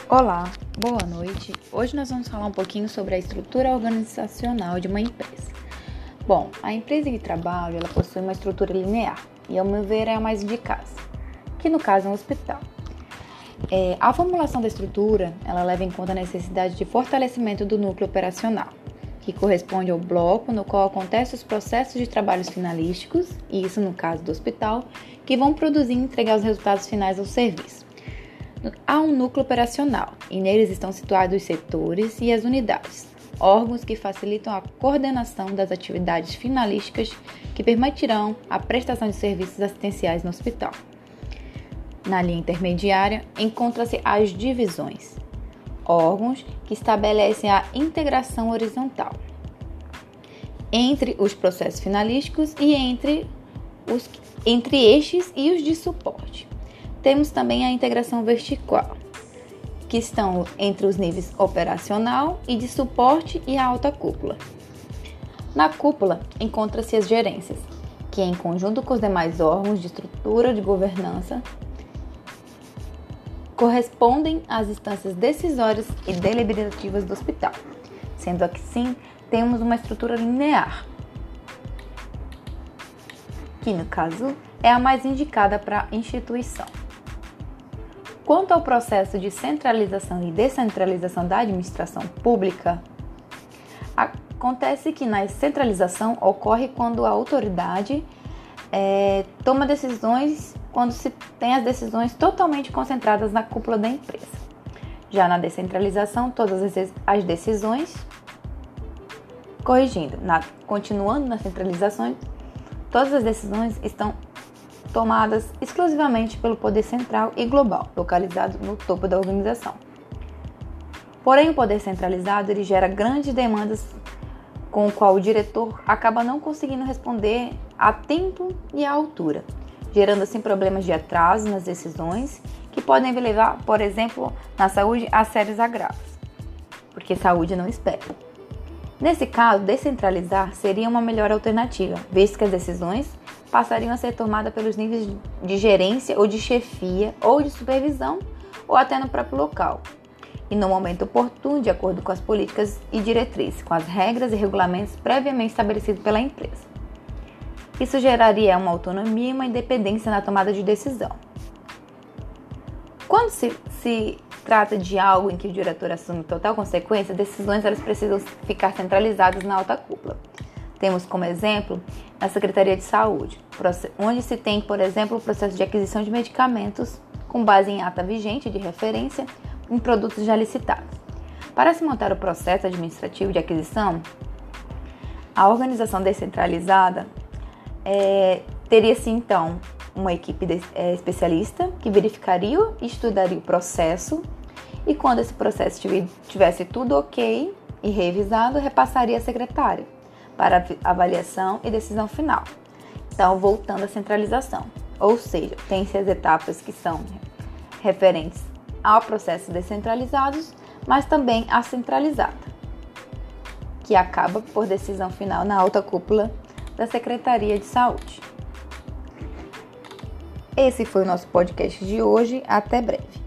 Olá, boa noite. Hoje nós vamos falar um pouquinho sobre a estrutura organizacional de uma empresa. Bom, a empresa de trabalho ela possui uma estrutura linear e, ao meu ver, é a mais indicada, que no caso é um hospital. A formulação da estrutura ela leva em conta a necessidade de fortalecimento do núcleo operacional, que corresponde ao bloco no qual acontecem os processos de trabalhos finalísticos, e isso no caso do hospital, que vão produzir e entregar os resultados finais ao serviço. Há um núcleo operacional e neles estão situados os setores e as unidades, órgãos que facilitam a coordenação das atividades finalísticas que permitirão a prestação de serviços assistenciais no hospital. Na linha intermediária, encontram-se as divisões, órgãos que estabelecem a integração horizontal entre os processos finalísticos e entre estes e os de suporte. Temos também a integração vertical, que estão entre os níveis operacional e de suporte e a alta cúpula. Na cúpula, encontram-se as gerências, que em conjunto com os demais órgãos de estrutura de governança, correspondem às instâncias decisórias e deliberativas do hospital. Sendo assim, temos uma estrutura linear, que no caso é a mais indicada para a instituição. Quanto ao processo de centralização e descentralização da administração pública, acontece que na centralização ocorre quando a autoridade toma decisões, quando se tem as decisões totalmente concentradas na cúpula da empresa. Já na descentralização, todas as decisões, continuando na centralização, todas as decisões estão tomadas exclusivamente pelo poder central e global, localizado no topo da organização. Porém, o poder centralizado ele gera grandes demandas com o qual o diretor acaba não conseguindo responder a tempo e à altura, gerando assim problemas de atraso nas decisões que podem levar, por exemplo, na saúde a sérios agravos, porque saúde não espera. Nesse caso, descentralizar seria uma melhor alternativa, visto que as decisões passariam a ser tomadas pelos níveis de gerência ou de chefia ou de supervisão ou até no próprio local e no momento oportuno, de acordo com as políticas e diretrizes, com as regras e regulamentos previamente estabelecidos pela empresa. Isso geraria uma autonomia e uma independência na tomada de decisão. Quando se trata de algo em que o diretor assume total consequência, decisões elas precisam ficar centralizadas na alta cúpula. Temos como exemplo a Secretaria de Saúde, onde se tem, por exemplo, o processo de aquisição de medicamentos com base em ata vigente de referência em produtos já licitados. Para se montar o processo administrativo de aquisição, a organização descentralizada teria-se então uma equipe especialista que verificaria e estudaria o processo e quando esse processo tivesse tudo ok e revisado, repassaria à secretária para avaliação e decisão final. Então, voltando à centralização, ou seja, tem-se as etapas que são referentes ao processo descentralizados, mas também a centralizada, que acaba por decisão final na alta cúpula da Secretaria de Saúde. Esse foi o nosso podcast de hoje. Até breve.